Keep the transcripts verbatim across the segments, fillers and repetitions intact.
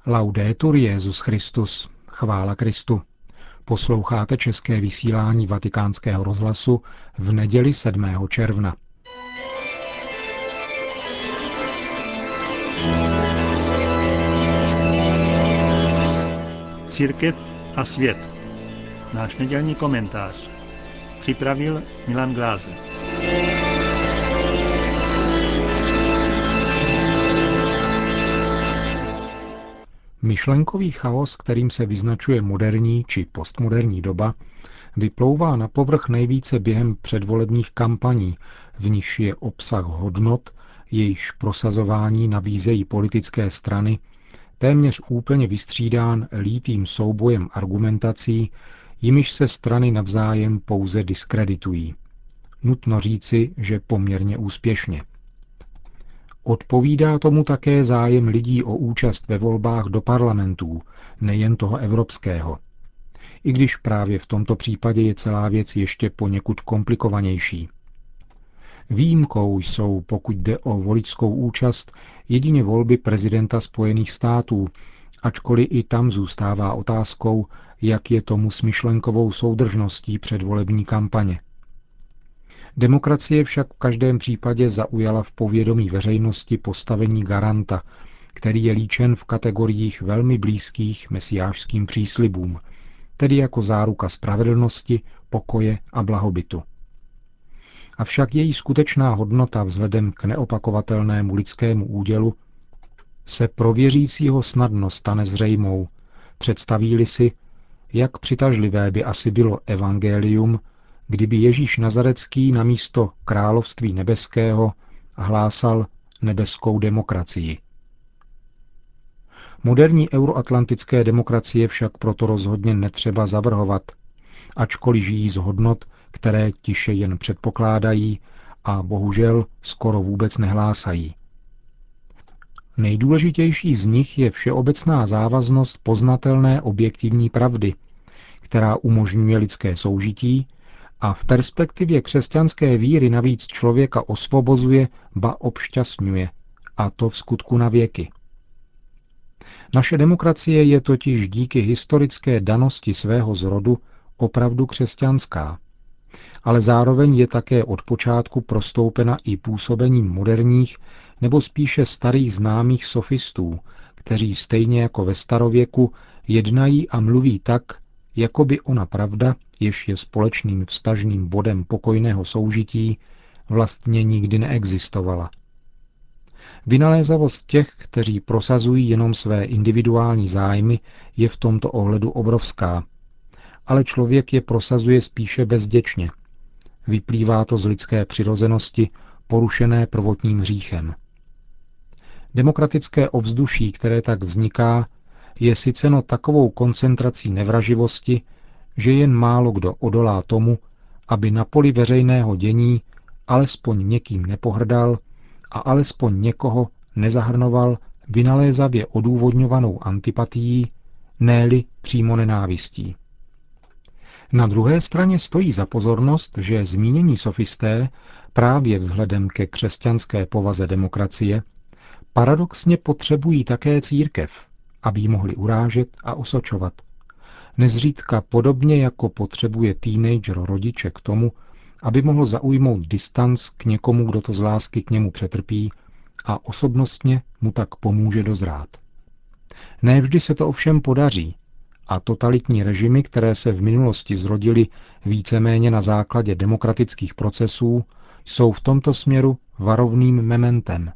Laudetur Jesus Christus. Chvála Kristu. Posloucháte české vysílání Vatikánského rozhlasu v neděli sedmého června. Církev a svět. Náš nedělní komentář. Připravil Milan Glázer. Myšlenkový chaos, kterým se vyznačuje moderní či postmoderní doba, vyplouvá na povrch nejvíce během předvolebních kampaní, v nichž je obsah hodnot, jejichž prosazování nabízejí politické strany, téměř úplně vystřídán lítým soubojem argumentací, jimiž se strany navzájem pouze diskreditují. Nutno říci, že poměrně úspěšně. Odpovídá tomu také zájem lidí o účast ve volbách do parlamentů, nejen toho evropského. I když právě v tomto případě je celá věc ještě poněkud komplikovanější. Výjimkou jsou, pokud jde o voličskou účast, jedině volby prezidenta Spojených států, ačkoliv i tam zůstává otázkou, jak je tomu s myšlenkovou soudržností předvolební kampaně. Demokracie však v každém případě zaujala v povědomí veřejnosti postavení garanta, který je líčen v kategoriích velmi blízkých mesiášským příslibům, tedy jako záruka spravedlnosti, pokoje a blahobytu. Avšak její skutečná hodnota vzhledem k neopakovatelnému lidskému údělu se pro věřícího snadno stane zřejmou, představí-li si, jak přitažlivé by asi bylo evangelium, kdyby Ježíš Nazarecký namísto království nebeského hlásal nebeskou demokracii. Moderní euroatlantické demokracie však proto rozhodně netřeba zavrhovat, ačkoliv žijí z hodnot, které tiše jen předpokládají a bohužel skoro vůbec nehlásají. Nejdůležitější z nich je všeobecná závaznost poznatelné objektivní pravdy, která umožňuje lidské soužití a v perspektivě křesťanské víry navíc člověka osvobozuje, ba obšťastňuje, a to v skutku na věky. Naše demokracie je totiž díky historické danosti svého zrodu opravdu křesťanská, ale zároveň je také od počátku prostoupena i působením moderních nebo spíše starých známých sofistů, kteří stejně jako ve starověku jednají a mluví tak, jako by ona pravda, jež je společným vztažným bodem pokojného soužití, vlastně nikdy neexistovala. Vynalézavost těch, kteří prosazují jenom své individuální zájmy, je v tomto ohledu obrovská, ale člověk je prosazuje spíše bezděčně. Vyplývá to z lidské přirozenosti, porušené prvotním hříchem. Demokratické ovzduší, které tak vzniká, je syceno takovou koncentrací nevraživosti, že jen málo kdo odolá tomu, aby na poli veřejného dění alespoň někým nepohrdal a alespoň někoho nezahrnoval vynalézavě odůvodňovanou antipatií, ne-li přímo nenávistí. Na druhé straně stojí za pozornost, že zmínění sofisté právě vzhledem ke křesťanské povaze demokracie paradoxně potřebují také církev, aby ji mohli urážet a osočovat. Nezřídka podobně jako potřebuje teenager rodiče k tomu, aby mohl zaujmout distanc k někomu, kdo to z lásky k němu přetrpí a osobnostně mu tak pomůže dozrát. Ne vždy se to ovšem podaří a totalitní režimy, které se v minulosti zrodily víceméně na základě demokratických procesů, jsou v tomto směru varovným mementem.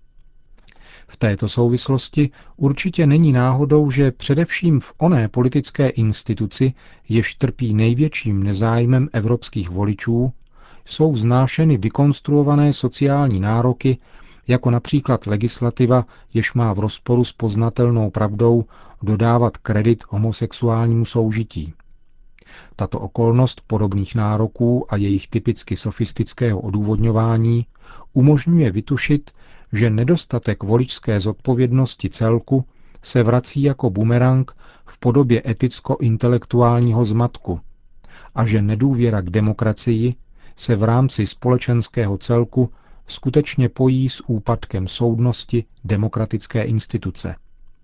V této souvislosti určitě není náhodou, že především v oné politické instituci, jež trpí největším nezájmem evropských voličů, jsou vznášeny vykonstruované sociální nároky, jako například legislativa, jež má v rozporu s poznatelnou pravdou dodávat kredit homosexuálnímu soužití. Tato okolnost podobných nároků a jejich typicky sofistického odůvodňování umožňuje vytušit, že nedostatek voličské zodpovědnosti celku se vrací jako bumerang v podobě eticko-intelektuálního zmatku a že nedůvěra k demokracii se v rámci společenského celku skutečně pojí s úpadkem soudnosti demokratické instituce.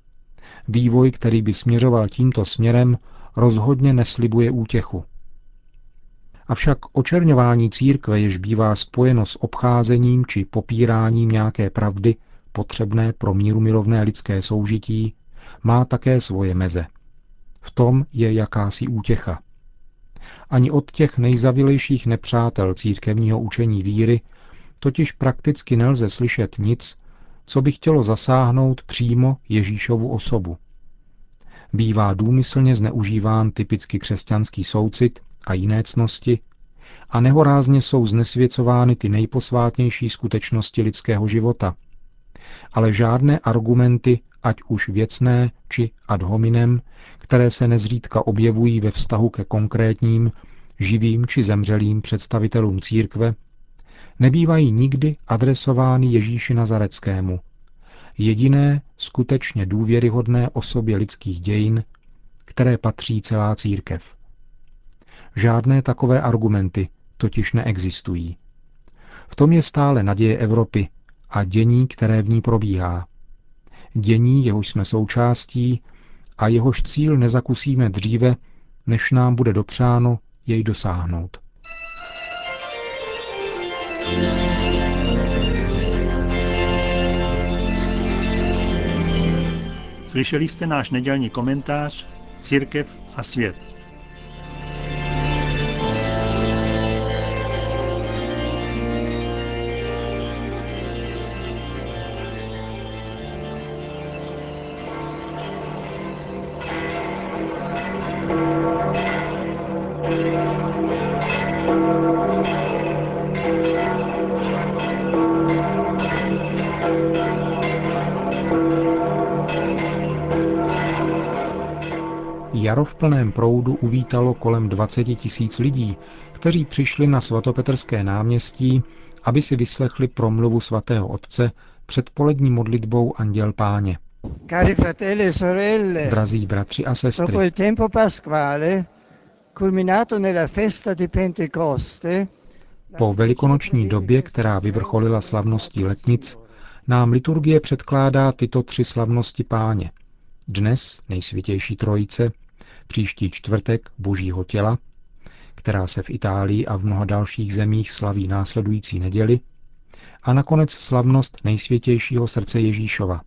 Vývoj, který by směřoval tímto směrem, rozhodně neslibuje útěchu. Avšak očerňování církve, jež bývá spojeno s obcházením či popíráním nějaké pravdy potřebné pro mírumilovné lidské soužití, má také svoje meze. V tom je jakási útěcha. Ani od těch nejzavilejších nepřátel církevního učení víry totiž prakticky nelze slyšet nic, co by chtělo zasáhnout přímo Ježíšovu osobu. Bývá důmyslně zneužíván typicky křesťanský soucit a jiné ctnosti a nehorázně jsou znesvěcovány ty nejposvátnější skutečnosti lidského života. Ale žádné argumenty, ať už věcné či ad hominem, které se nezřídka objevují ve vztahu ke konkrétním, živým či zemřelým představitelům církve, nebývají nikdy adresovány Ježíši Nazareckému, jediné skutečně důvěryhodné osobě lidských dějin, které patří celá církev. Žádné takové argumenty totiž neexistují. V tom je stále naděje Evropy a dění, které v ní probíhá. Dění, jehož jsme součástí a jehož cíl nezakusíme dříve, než nám bude dopřáno jej dosáhnout. Slyšeli jste náš nedělní komentář Církev a svět. Jaro v plném proudu uvítalo kolem dvacet tisíc lidí, kteří přišli na svatopetrské náměstí, aby si vyslechli promluvu svatého otce před polední modlitbou Anděl Páně. Cari fratelli e sorelle, Drazí bratři a dopo sestry, il tempo pasquale, culminato nella festa di Pentecoste, po velikonoční době, která vyvrcholila slavností letnic, nám liturgie předkládá tyto tři slavnosti Páně. Dnes nejsvětější trojice, příští čtvrtek Božího těla, která se v Itálii a v mnoha dalších zemích slaví následující neděli, a nakonec slavnost nejsvětějšího srdce Ježíšova.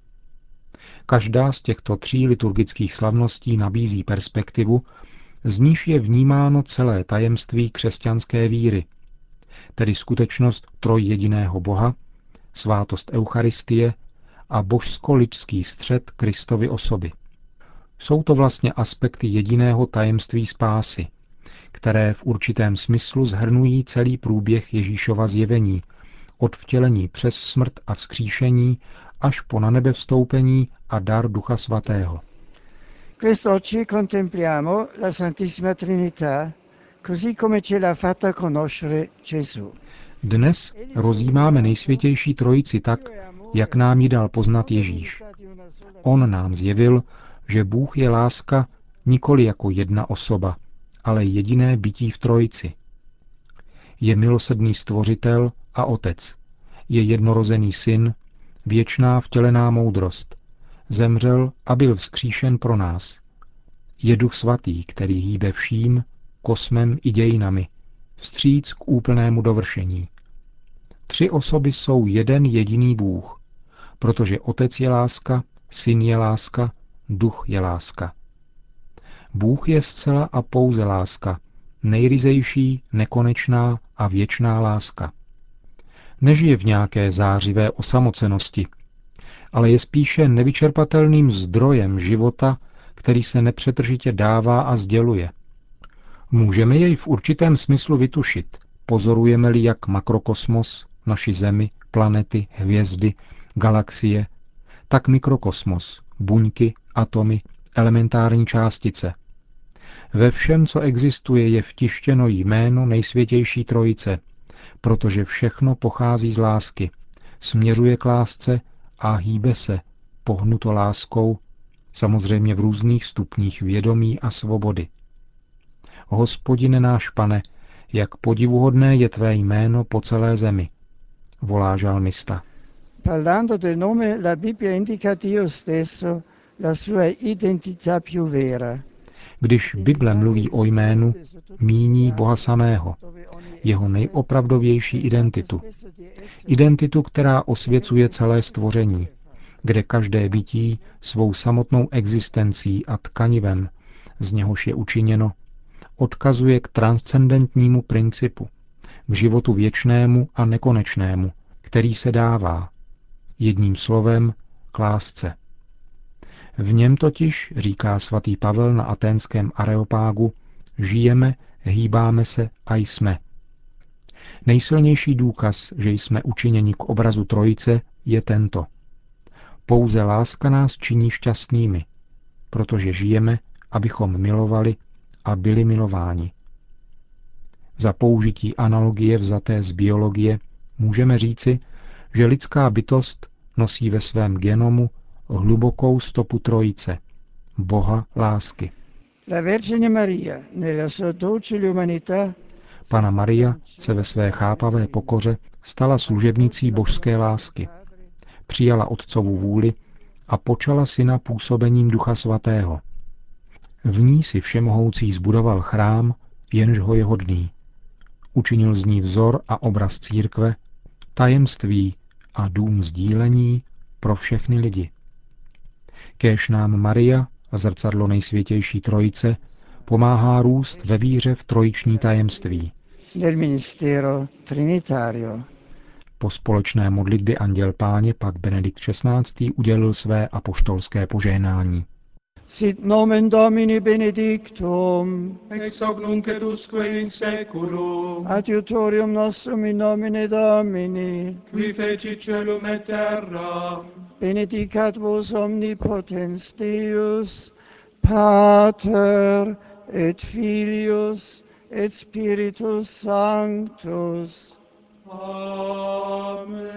Každá z těchto tří liturgických slavností nabízí perspektivu, z níž je vnímáno celé tajemství křesťanské víry, tedy skutečnost trojjediného Boha, svátost Eucharistie a božsko-lidský střed Kristovy osoby. Jsou to vlastně aspekty jediného tajemství spásy, které v určitém smyslu shrnují celý průběh Ježíšova zjevení, od vtělení přes smrt a vzkříšení až po na nebe vstoupení a dar Ducha Svatého. quest'oggi contempliamo la Santissima Trinità, così come ce l'ha fatta conoscere Gesù. Dnes rozjímáme nejsvětější trojici tak, jak nám ji dal poznat Ježíš. On nám zjevil, že Bůh je láska nikoli jako jedna osoba, ale jediné bytí v trojici. Je milosrdný stvořitel a otec. Je jednorozený syn, věčná vtělená moudrost. Zemřel a byl vzkříšen pro nás. Je Duch Svatý, který hýbe vším, kosmem i dějinami, vstříc k úplnému dovršení. Tři osoby jsou jeden jediný Bůh, protože Otec je láska, Syn je láska, Duch je láska. Bůh je zcela a pouze láska, nejryzejší, nekonečná a věčná láska. Nežije v nějaké zářivé osamocenosti, ale je spíše nevyčerpatelným zdrojem života, který se nepřetržitě dává a sděluje. Můžeme jej v určitém smyslu vytušit, pozorujeme-li jak makrokosmos, naši Zemi, planety, hvězdy, galaxie, tak mikrokosmos, buňky, atomy, elementární částice. Ve všem, co existuje, je vtištěno jméno nejsvětější trojice, protože všechno pochází z lásky, směřuje k lásce a hýbe se, pohnuto láskou, samozřejmě v různých stupních vědomí a svobody. Hospodine náš Pane, jak podivuhodné je tvé jméno po celé zemi, volá žalmista. Parlando del nome, la Bibbia indica Dio stesso la sua identità più vera. Když Bible mluví o jménu, míní Boha samého, jeho nejopravdovější identitu. Identitu, která osvěcuje celé stvoření, kde každé bytí svou samotnou existencí a tkanivem, z něhož je učiněno, odkazuje k transcendentnímu principu, k životu věčnému a nekonečnému, který se dává, jedním slovem, k lásce. V něm totiž, říká svatý Pavel na aténském Areopágu, žijeme, hýbáme se a jsme. Nejsilnější důkaz, že jsme učiněni k obrazu Trojice, je tento. Pouze láska nás činí šťastnými, protože žijeme, abychom milovali a byli milováni. Za použití analogie vzaté z biologie můžeme říci, že lidská bytost nosí ve svém genomu hlubokou stopu Trojice, Boha lásky. La Vergine Maria, nella sua dolce umanità, Panna Maria se ve své chápavé pokoře stala služebnicí božské lásky. Přijala otcovu vůli a počala syna působením Ducha Svatého. V ní si všemohoucí zbudoval chrám, jenž ho je hodný. Učinil z ní vzor a obraz církve, tajemství a dům sdílení pro všechny lidi. Kéž nám Maria, zrcadlo nejsvětější Trojice, pomáhá růst ve víře v trojiční tajemství. nel ministero trinitario. Po společné modlitbě Anděl Páně pak Benedikt šestnáctý udělil své apoštolské požehnání. Sit nomen Domini benedictum, ex hoc nunc et usque in seculum, adiutorium nostrum in nomine Domini, qui fecit caelum et terra, benedicat vos omnipotens Deus, Pater et Filius et Spiritus Sanctus. Amen.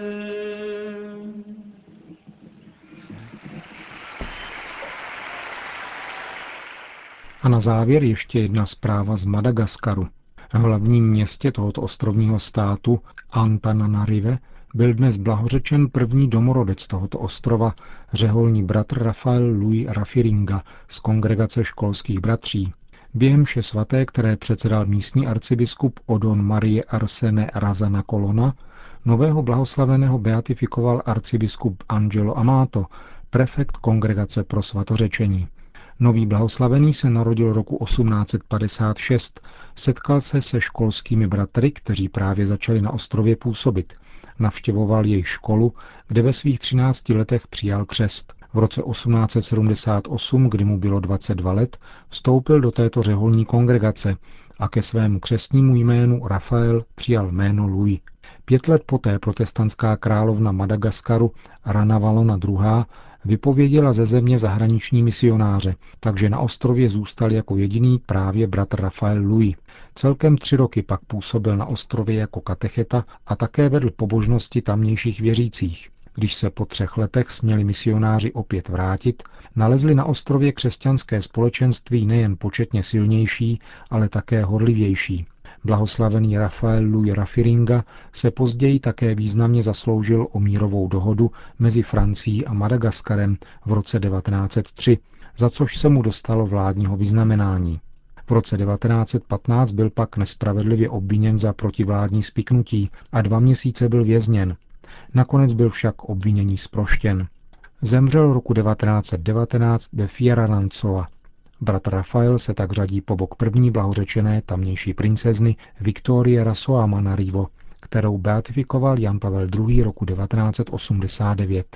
A na závěr ještě jedna zpráva z Madagaskaru. V hlavním městě tohoto ostrovního státu, Antananarive, byl dnes blahořečen první domorodec tohoto ostrova, řeholní bratr Rafael Louis Rafiringa z kongregace školských bratří. Během mše svaté, které předsedal místní arcibiskup Odon Marie Arsene Razana Colonna, nového blahoslaveného beatifikoval arcibiskup Angelo Amato, prefekt kongregace pro svatořečení. Nový blahoslavený se narodil roku osmnáct set padesát šest, setkal se se školskými bratry, kteří právě začali na ostrově působit. Navštěvoval jejich školu, kde ve svých třinácti letech přijal křest. V roce osmnáct set sedmdesát osm, kdy mu bylo dvacet dva let, vstoupil do této řeholní kongregace a ke svému křestnímu jménu Rafael přijal jméno Louis. Pět let poté protestantská královna Madagaskaru Ranavalona druhá. vypověděla ze země zahraniční misionáře, takže na ostrově zůstal jako jediný právě bratr Rafael Louis. Celkem tři roky pak působil na ostrově jako katecheta a také vedl pobožnosti tamnějších věřících. Když se po třech letech směli misionáři opět vrátit, nalezli na ostrově křesťanské společenství nejen početně silnější, ale také horlivější. Blahoslavený Rafael Louis Rafiringa se později také významně zasloužil o mírovou dohodu mezi Francií a Madagaskarem v roce devatenáct set tři, za což se mu dostalo vládního vyznamenání. V roce devatenáct set patnáct byl pak nespravedlivě obviněn za protivládní spiknutí a dva měsíce byl vězněn. Nakonec byl však obvinění zproštěn. Zemřel roku devatenáct set devatenáct ve Fierarancoa. Bratr Rafael se tak řadí po bok první blahořečené tamnější princezny Viktorie Rasoamanarivo, kterou beatifikoval Jan Pavel druhý. roku devatenáct set osmdesát devět.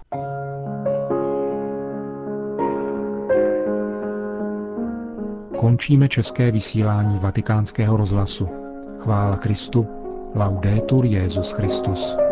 Končíme české vysílání Vatikánského rozhlasu. Chvála Kristu. Laudetur Jesus Christus.